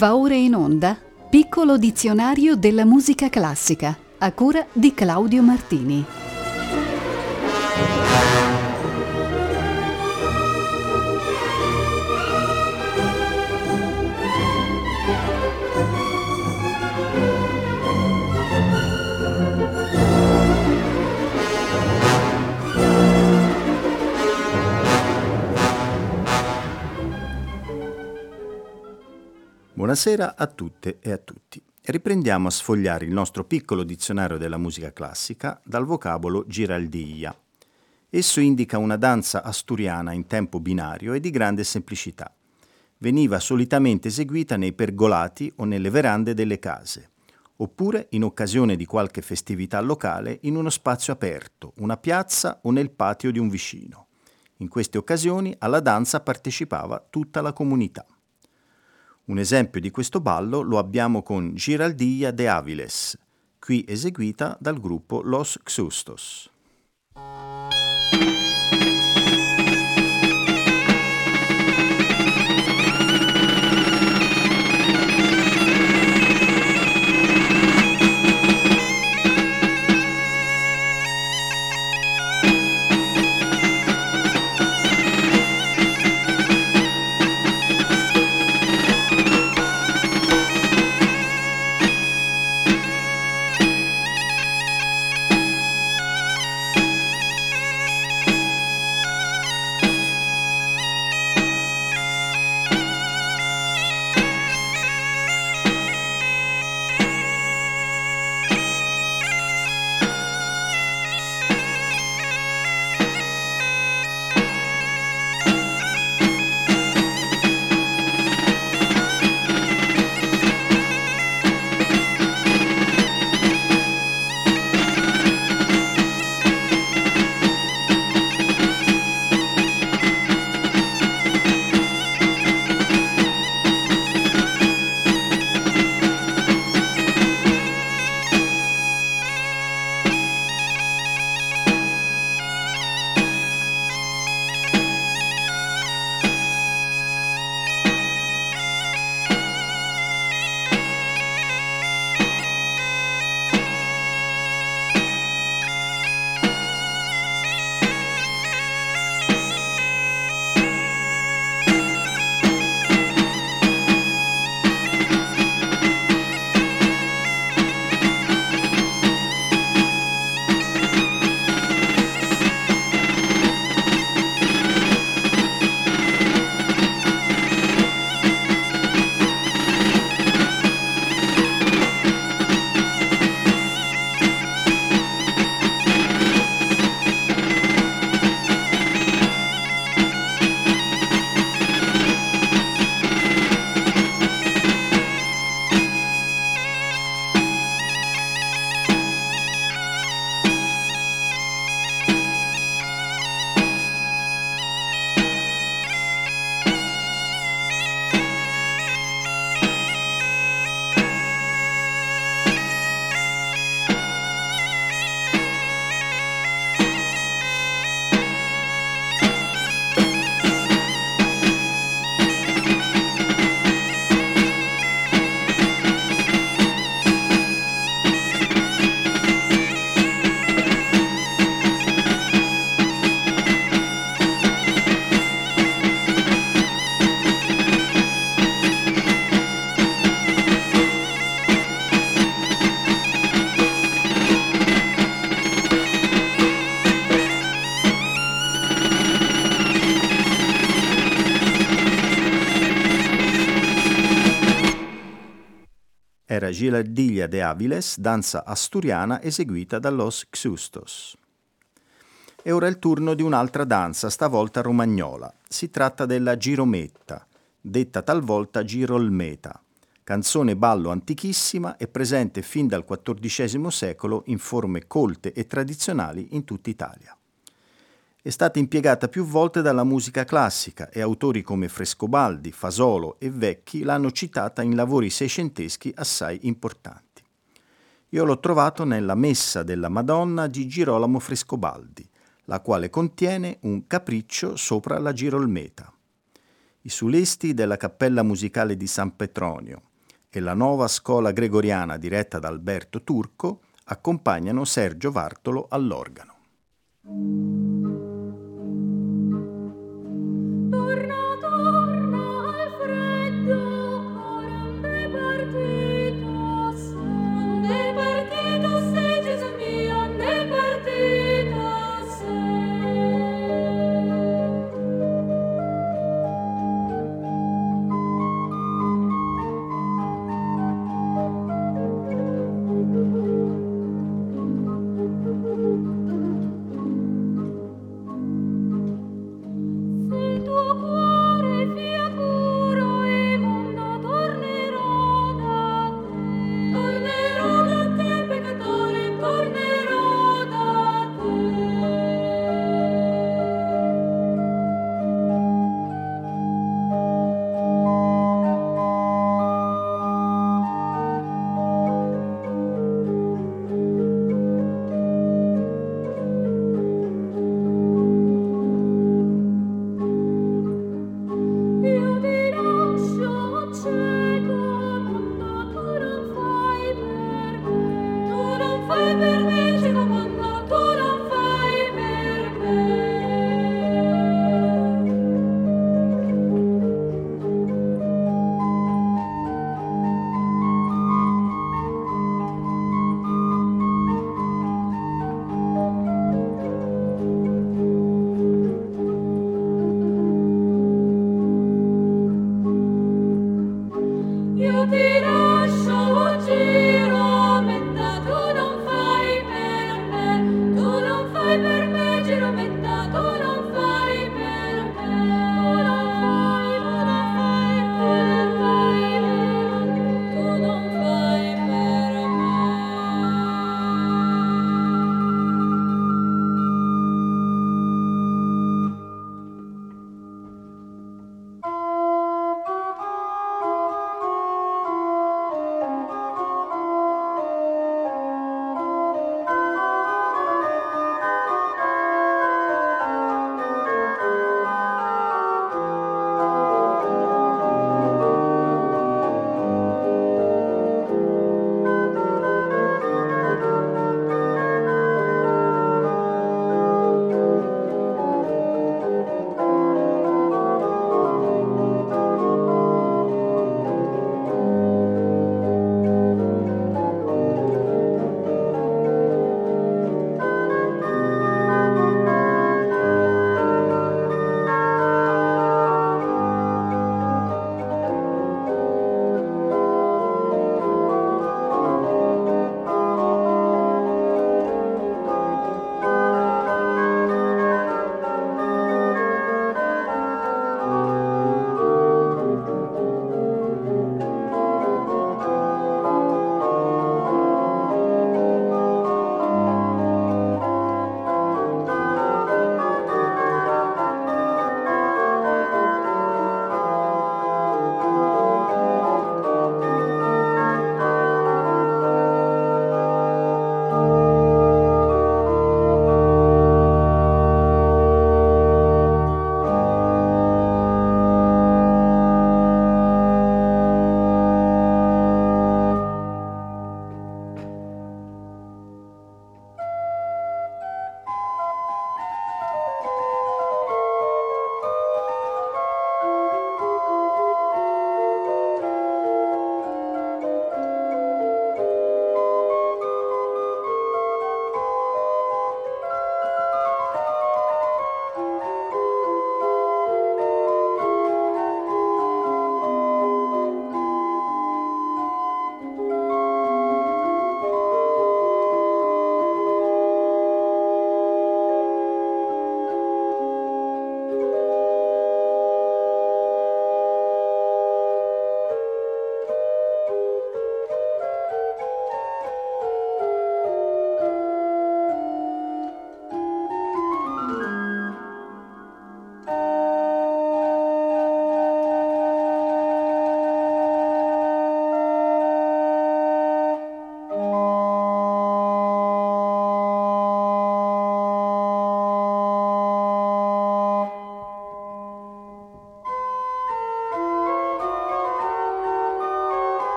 Va ora in onda Piccolo dizionario della musica classica, a cura di Claudio Martini. Buonasera a tutte e a tutti. Riprendiamo a sfogliare il nostro piccolo dizionario della musica classica dal vocabolo giraldiglia. Esso indica una danza asturiana in tempo binario e di grande semplicità. Veniva solitamente eseguita nei pergolati o nelle verande delle case, oppure in occasione di qualche festività locale in uno spazio aperto, una piazza o nel patio di un vicino. In queste occasioni alla danza partecipava tutta la comunità. Un esempio di questo ballo lo abbiamo con Giraldiglia de Áviles, qui eseguita dal gruppo Los Xustos. Era Giraldiglia de Áviles, danza asturiana eseguita da Los Xustos. E ora è il turno di un'altra danza, stavolta romagnola. Si tratta della girometta, detta talvolta girolmeta, canzone ballo antichissima e presente fin dal XIV secolo in forme colte e tradizionali in tutta Italia. È stata impiegata più volte dalla musica classica e autori come Frescobaldi, Fasolo e Vecchi l'hanno citata in lavori seicenteschi assai importanti. Io l'ho trovato nella Messa della Madonna di Girolamo Frescobaldi, la quale contiene un capriccio sopra la girolmeta. I sulisti della Cappella Musicale di San Petronio, e la nuova scuola gregoriana diretta da Alberto Turco accompagnano Sergio Vartolo all'organo.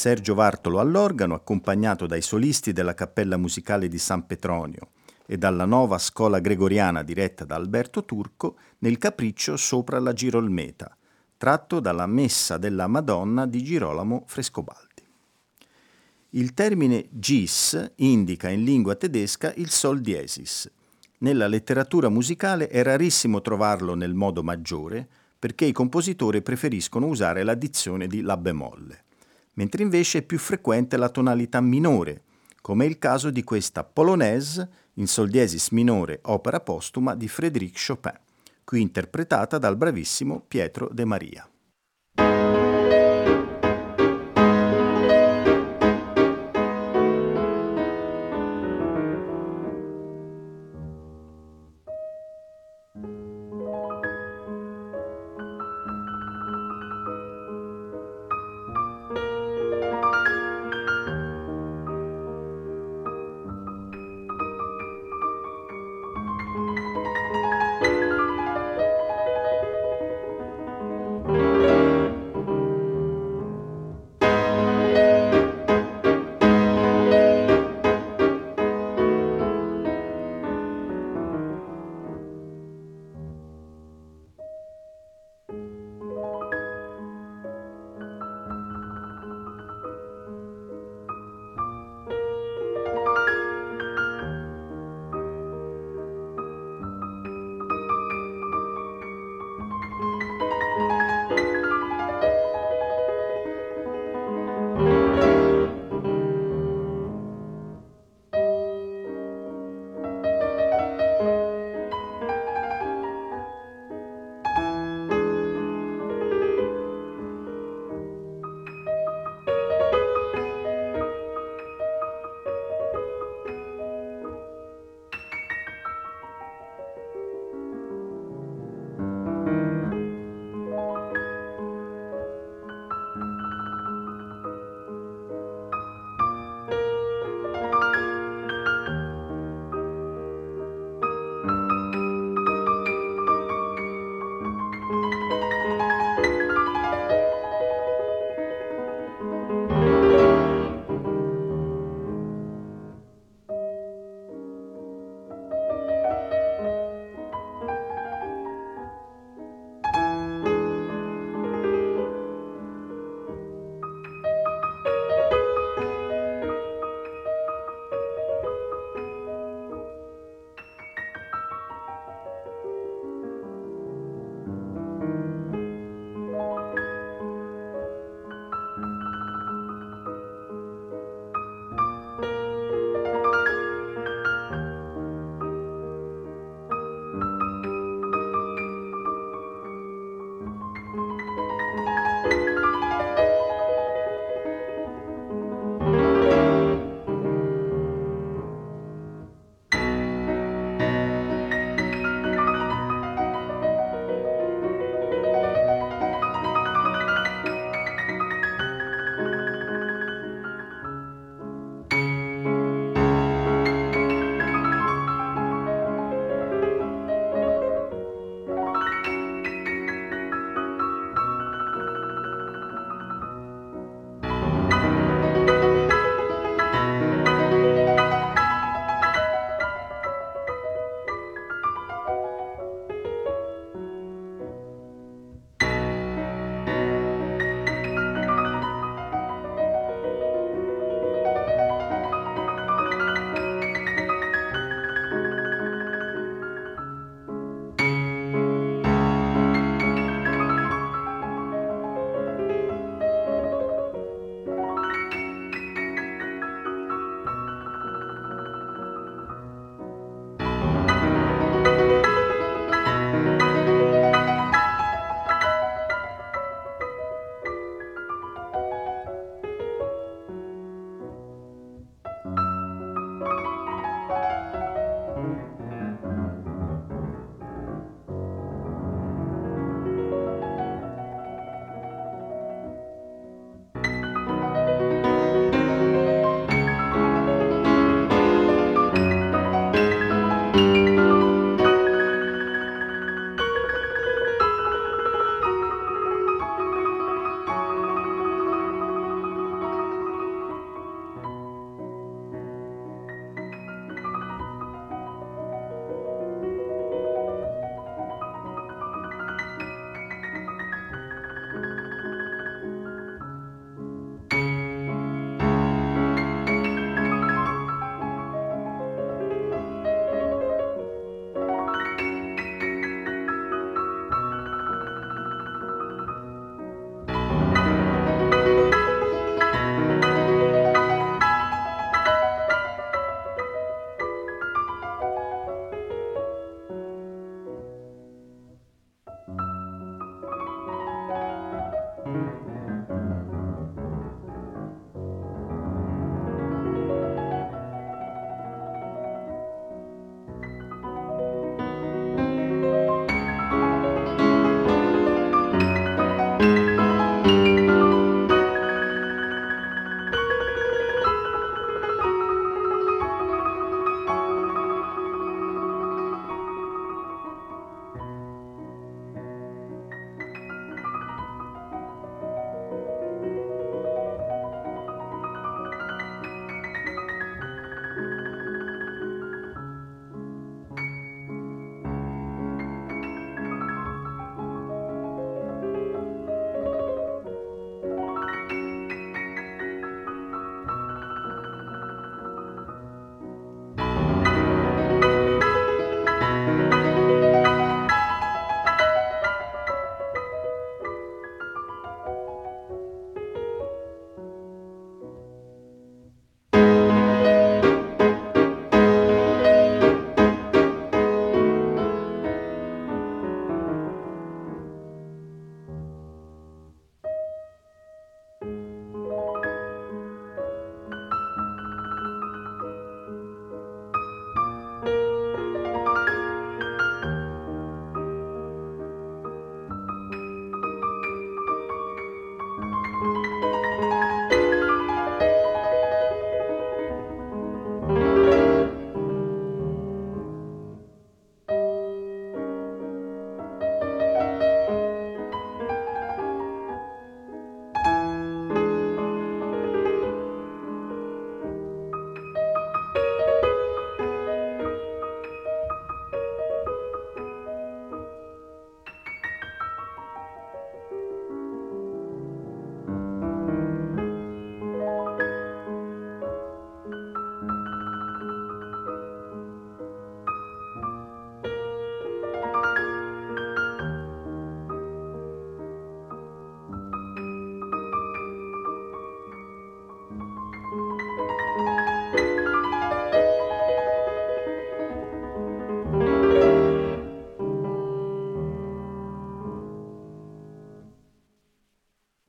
Sergio Vartolo all'organo, accompagnato dai solisti della Cappella Musicale di San Petronio e dalla nuova scuola gregoriana diretta da Alberto Turco, nel Capriccio sopra la Girolmeta, tratto dalla Messa della Madonna di Girolamo Frescobaldi. Il termine gis indica in lingua tedesca il sol diesis. Nella letteratura musicale è rarissimo trovarlo nel modo maggiore, perché i compositori preferiscono usare l'addizione di la bemolle, mentre invece è più frequente la tonalità minore, come è il caso di questa polonaise in sol diesis minore, opera postuma di Frédéric Chopin, qui interpretata dal bravissimo Pietro De Maria.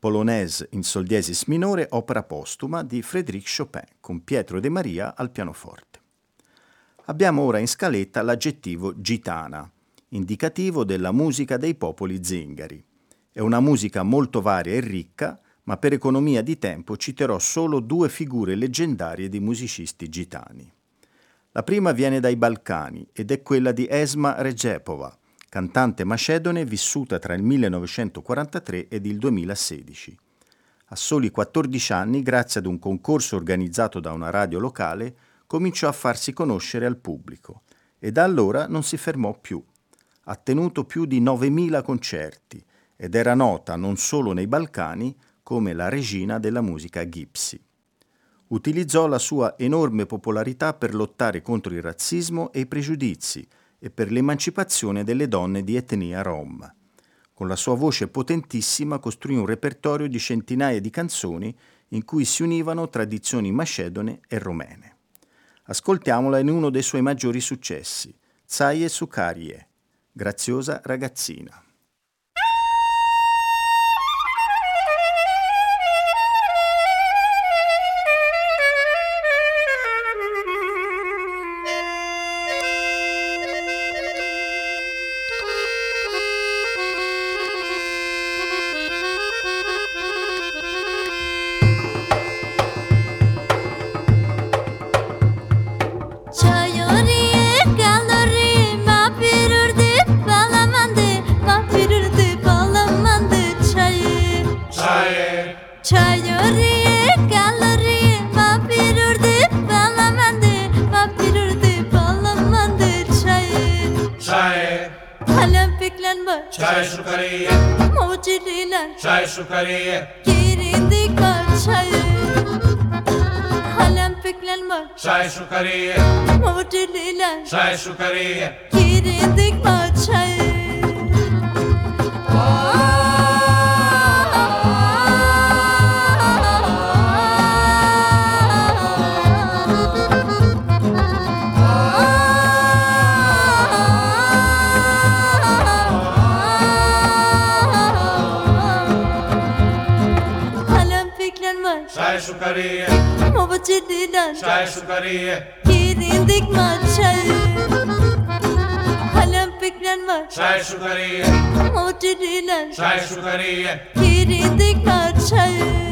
Polonaise in sol diesis minore, opera postuma di Frédéric Chopin, con Pietro De Maria al pianoforte. Abbiamo ora in scaletta l'aggettivo gitana, indicativo della musica dei popoli zingari. È una musica molto varia e ricca, ma per economia di tempo citerò solo 2 figure leggendarie di musicisti gitani. La prima viene dai Balcani ed è quella di Esma Recepova, cantante macedone vissuta tra il 1943 ed il 2016. A soli 14 anni, grazie ad un concorso organizzato da una radio locale, cominciò a farsi conoscere al pubblico e da allora non si fermò più. Ha tenuto più di 9.000 concerti ed era nota non solo nei Balcani come la regina della musica gypsy. Utilizzò la sua enorme popolarità per lottare contro il razzismo e i pregiudizi e per l'emancipazione delle donne di etnia rom. Con la sua voce potentissima costruì un repertorio di centinaia di canzoni in cui si univano tradizioni macedone e romene. Ascoltiamola in uno dei suoi maggiori successi, Tsaye Sukarie, graziosa ragazzina. Çay Sukarie, Çay Sukarie, Girindik çayı, halem piklenme. Çay Sukarie, Mavutililer, Çay Sukarie, girindik çayı. Çay Sukarie, Mavutililer, Çay Sukarie, girindik çayı, halem piklenme. Çay Sukarie, Mavutililer, Çay Sukarie, girindik çayı.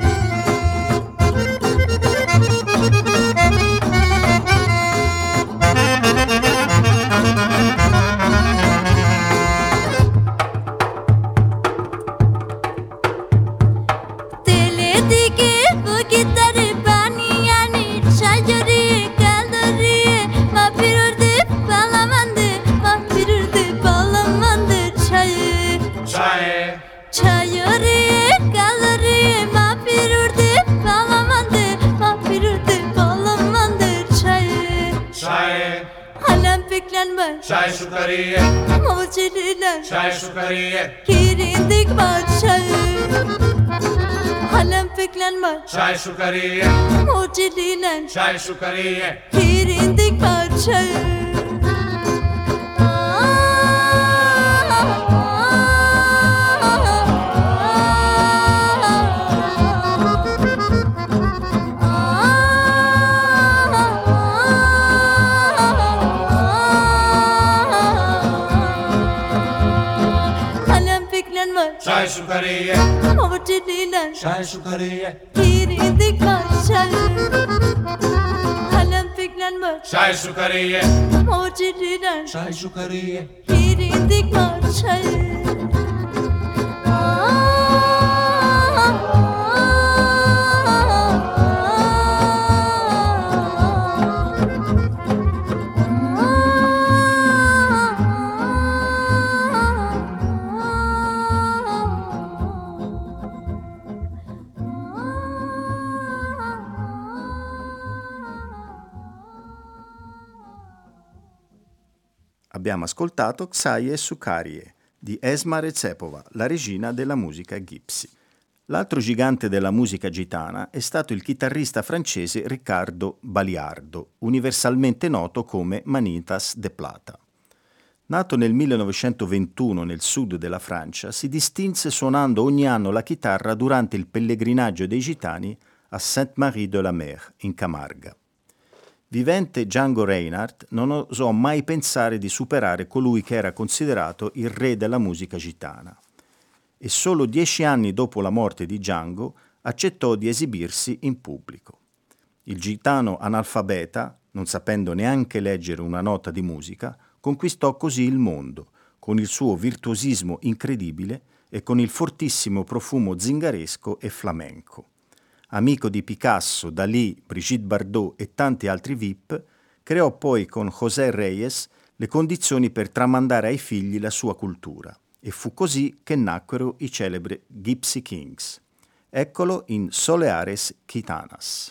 Çay Sukarie, Mavutililer, Çay Sukarie, girindik çayı, halem piklenme. Çay Sukarie, Mavutililer, Çay Sukarie, girindik çayı. Çay Sukarie, Mavutililer, Çay Sukarie, girindik çayı, halem piklenme. Çay Sukarie, Mavutililer, Çay Sukarie, girindik çayı. Abbiamo ascoltato Tsaye Sukarie di Esma Recepova, la regina della musica gypsy. L'altro gigante della musica gitana è stato il chitarrista francese Riccardo Baliardo, universalmente noto come Manitas de Plata. Nato nel 1921 nel sud della Francia, si distinse suonando ogni anno la chitarra durante il pellegrinaggio dei gitani a Sainte-Marie-de-la-Mer, in Camarga. Vivente Django Reinhardt non osò mai pensare di superare colui che era considerato il re della musica gitana. E solo 10 anni dopo la morte di Django accettò di esibirsi in pubblico. Il gitano analfabeta, non sapendo neanche leggere una nota di musica, conquistò così il mondo, con il suo virtuosismo incredibile e con il fortissimo profumo zingaresco e flamenco. Amico di Picasso, Dalì, Brigitte Bardot e tanti altri VIP, creò poi con José Reyes le condizioni per tramandare ai figli la sua cultura, e fu così che nacquero i celebri Gypsy Kings. Eccolo in Soleares Gitanas.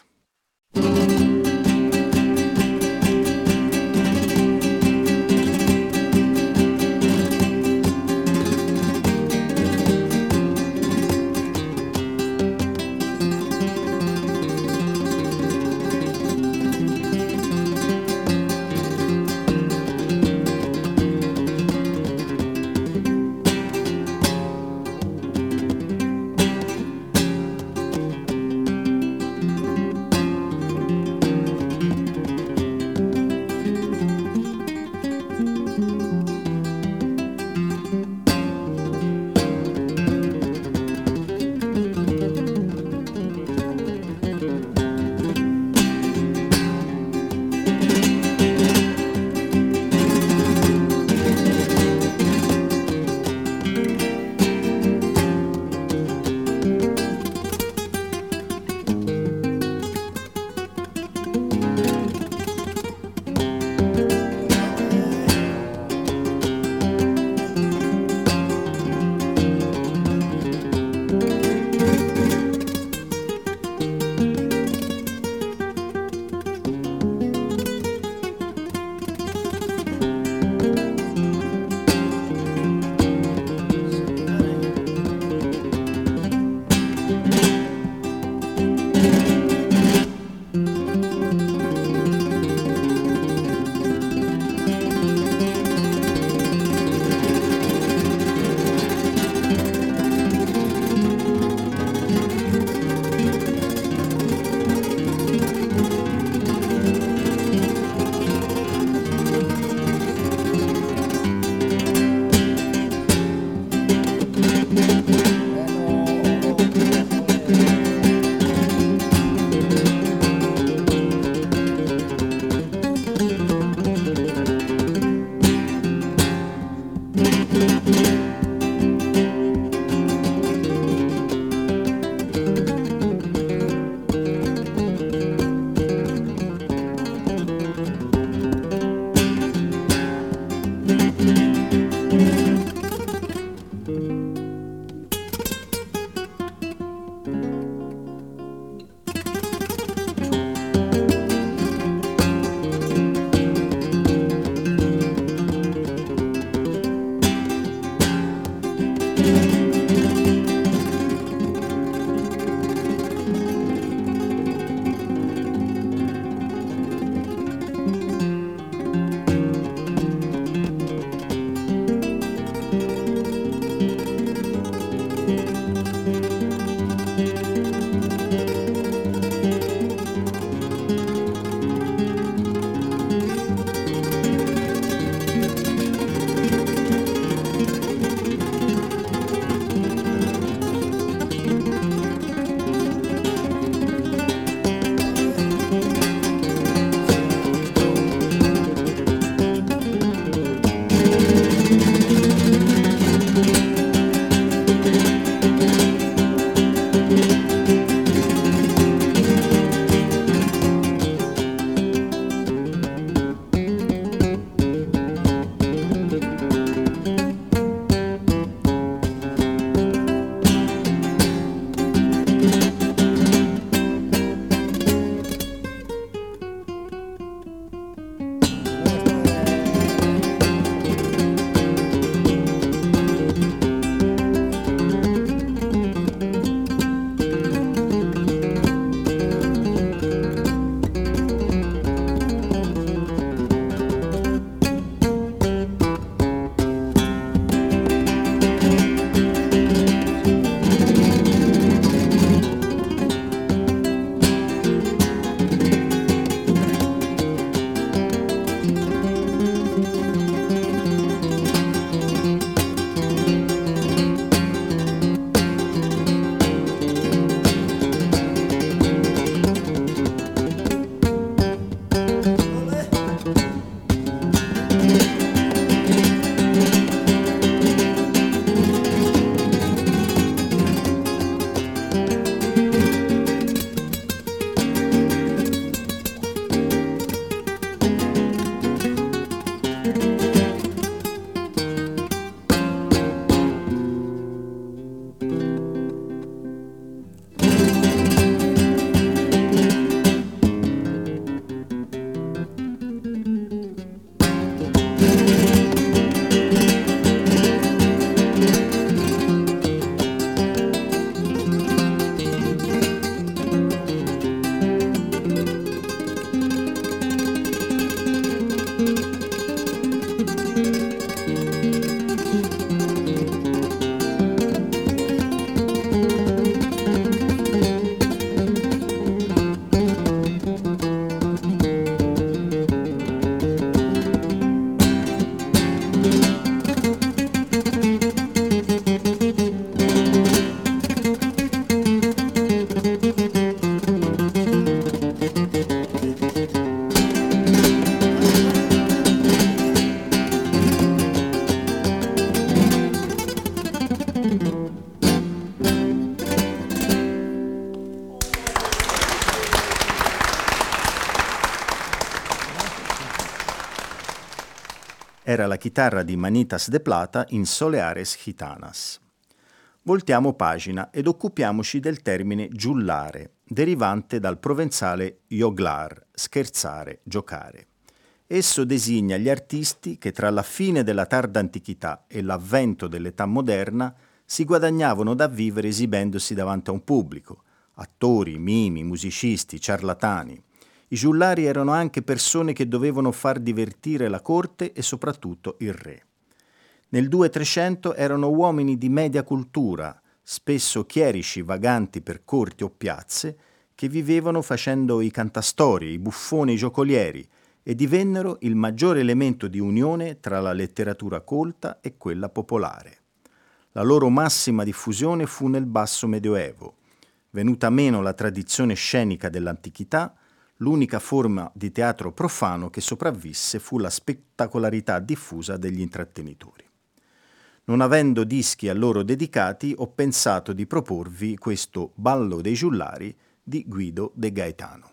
era la chitarra di Manitas de Plata in Soleares Gitanas. Voltiamo pagina ed occupiamoci del termine giullare, derivante dal provenzale joglar, scherzare, giocare. Esso designa gli artisti che tra la fine della tarda antichità e l'avvento dell'età moderna si guadagnavano da vivere esibendosi davanti a un pubblico, attori, mimi, musicisti, ciarlatani. I giullari erano anche persone che dovevano far divertire la corte e soprattutto il re. Nel 200-300 erano uomini di media cultura, spesso chierici vaganti per corti o piazze, che vivevano facendo i cantastorie, i buffoni, i giocolieri, e divennero il maggiore elemento di unione tra la letteratura colta e quella popolare. La loro massima diffusione fu nel basso medioevo. Venuta meno la tradizione scenica dell'antichità, l'unica forma di teatro profano che sopravvisse fu la spettacolarità diffusa degli intrattenitori. Non avendo dischi a loro dedicati, ho pensato di proporvi questo Ballo dei Giullari di Guido de Gaetano.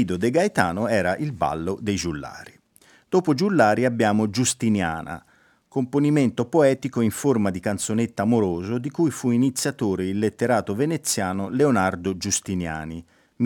Guido De Gaetano era Il ballo dei giullari. Dopo Giullari abbiamo Giustiniana, componimento poetico in forma di canzonetta amoroso di cui fu iniziatore il letterato veneziano Leonardo Giustiniani,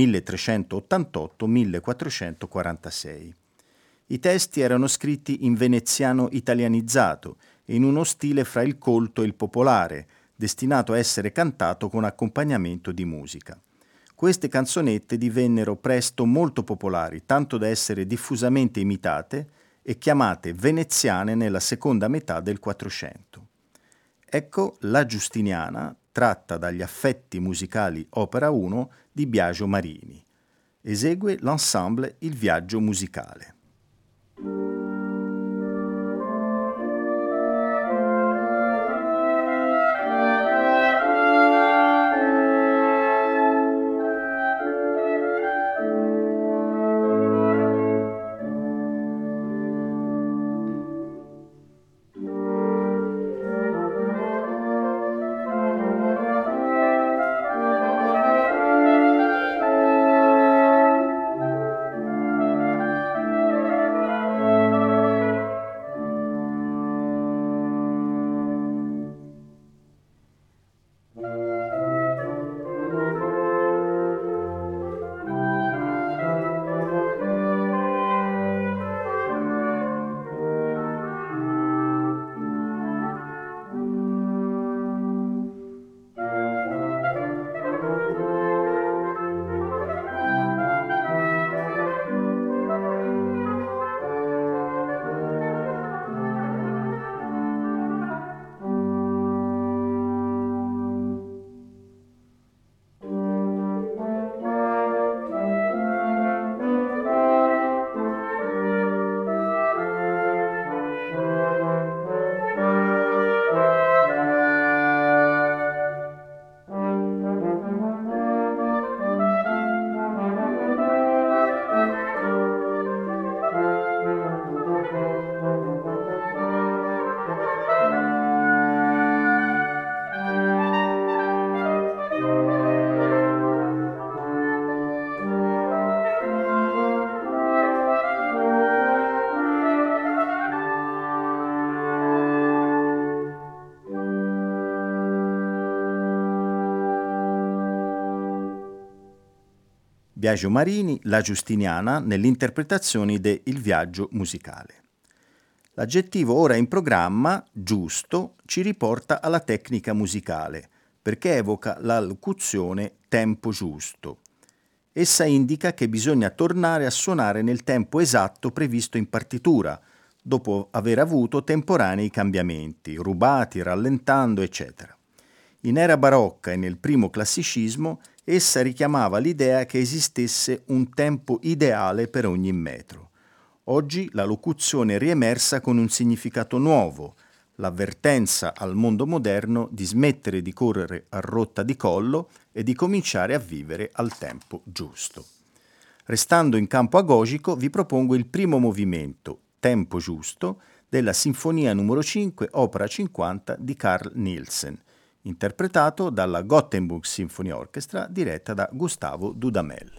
1388-1446. I testi erano scritti in veneziano italianizzato e in uno stile fra il colto e il popolare, destinato a essere cantato con accompagnamento di musica. Queste canzonette divennero presto molto popolari, tanto da essere diffusamente imitate e chiamate veneziane nella seconda metà del Quattrocento. Ecco La Giustiniana, tratta dagli Affetti musicali opera 1 di Biagio Marini. Esegue l'ensemble Il Viaggio musicale. Biagio Marini, La Giustiniana, nell'interpretazione de Il Viaggio musicale. L'aggettivo ora in programma, giusto, ci riporta alla tecnica musicale, perché evoca la locuzione tempo giusto. Essa indica che bisogna tornare a suonare nel tempo esatto previsto in partitura, dopo aver avuto temporanei cambiamenti, rubati, rallentando, eccetera. In era barocca e nel primo classicismo essa richiamava l'idea che esistesse un tempo ideale per ogni metro. Oggi la locuzione è riemersa con un significato nuovo, l'avvertenza al mondo moderno di smettere di correre a rotta di collo e di cominciare a vivere al tempo giusto. Restando in campo agogico, vi propongo il primo movimento, Tempo giusto, della Sinfonia numero 5, opera 50 di Carl Nielsen, interpretato dalla Gothenburg Symphony Orchestra diretta da Gustavo Dudamel.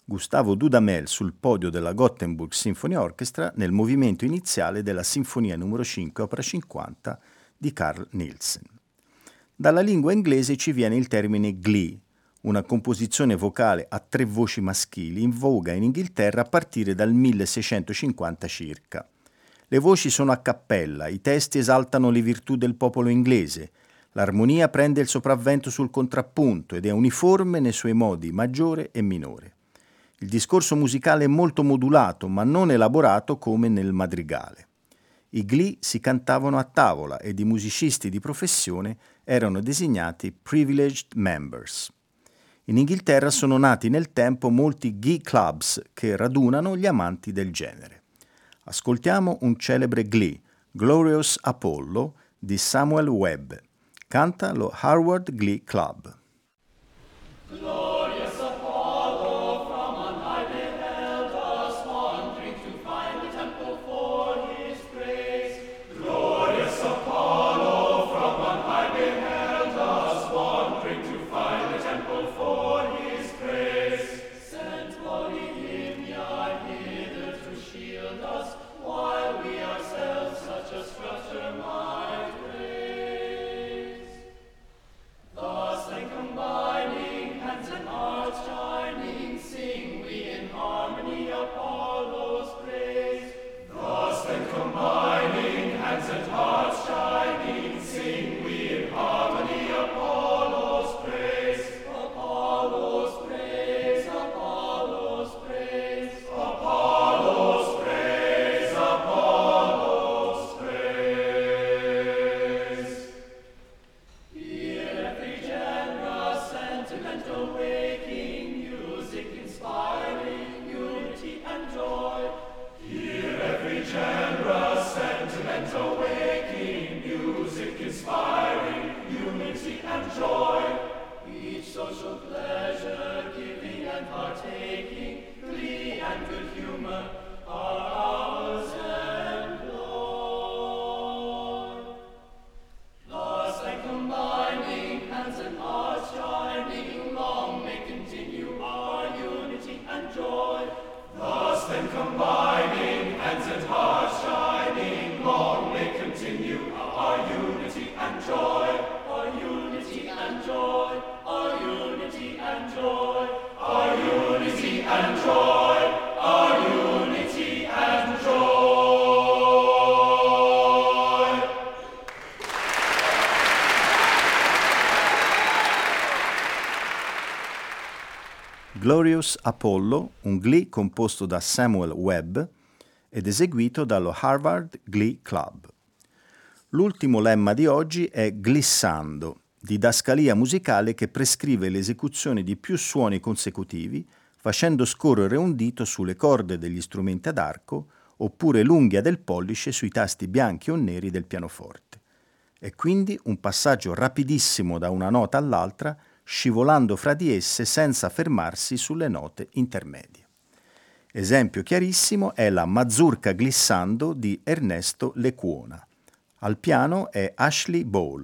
Gustavo Dudamel sul podio della Gothenburg Symphony Orchestra nel movimento iniziale della Sinfonia numero 5, opera 50 di Carl Nielsen. Dalla lingua inglese ci viene il termine glee, una composizione vocale a 3 voci maschili in voga in Inghilterra a partire dal 1650 circa. Le voci sono a cappella, i testi esaltano le virtù del popolo inglese, l'armonia prende il sopravvento sul contrappunto ed è uniforme nei suoi modi maggiore e minore. Il discorso musicale è molto modulato, ma non elaborato come nel madrigale. I glee si cantavano a tavola ed i musicisti di professione erano designati privileged members. In Inghilterra sono nati nel tempo molti glee clubs che radunano gli amanti del genere. Ascoltiamo un celebre glee, Glorious Apollo, di Samuel Webb. Canta lo Harvard Glee Club. Glorious Apollo, un glee composto da Samuel Webb ed eseguito dallo Harvard Glee Club. L'ultimo lemma di oggi è glissando, didascalia musicale che prescrive l'esecuzione di più suoni consecutivi, facendo scorrere un dito sulle corde degli strumenti ad arco oppure l'unghia del pollice sui tasti bianchi o neri del pianoforte. È quindi un passaggio rapidissimo da una nota all'altra, scivolando fra di esse senza fermarsi sulle note intermedie. Esempio chiarissimo è la Mazurka glissando di Ernesto Lecuona. Al piano è Ashley Ball.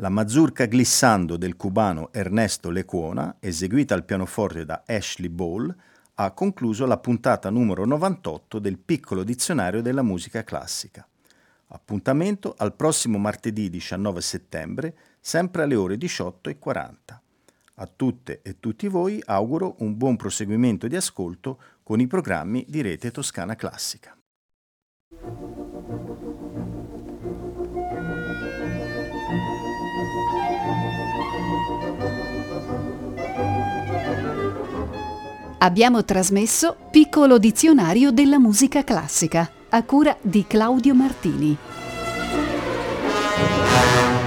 La mazurka glissando del cubano Ernesto Lecuona, eseguita al pianoforte da Ashley Ball, ha concluso la puntata numero 98 del Piccolo Dizionario della Musica Classica. Appuntamento al prossimo martedì 19 settembre, sempre alle ore 18:40. A tutte e tutti voi auguro un buon proseguimento di ascolto con i programmi di Rete Toscana Classica. Abbiamo trasmesso Piccolo Dizionario della Musica Classica, a cura di Claudio Martini.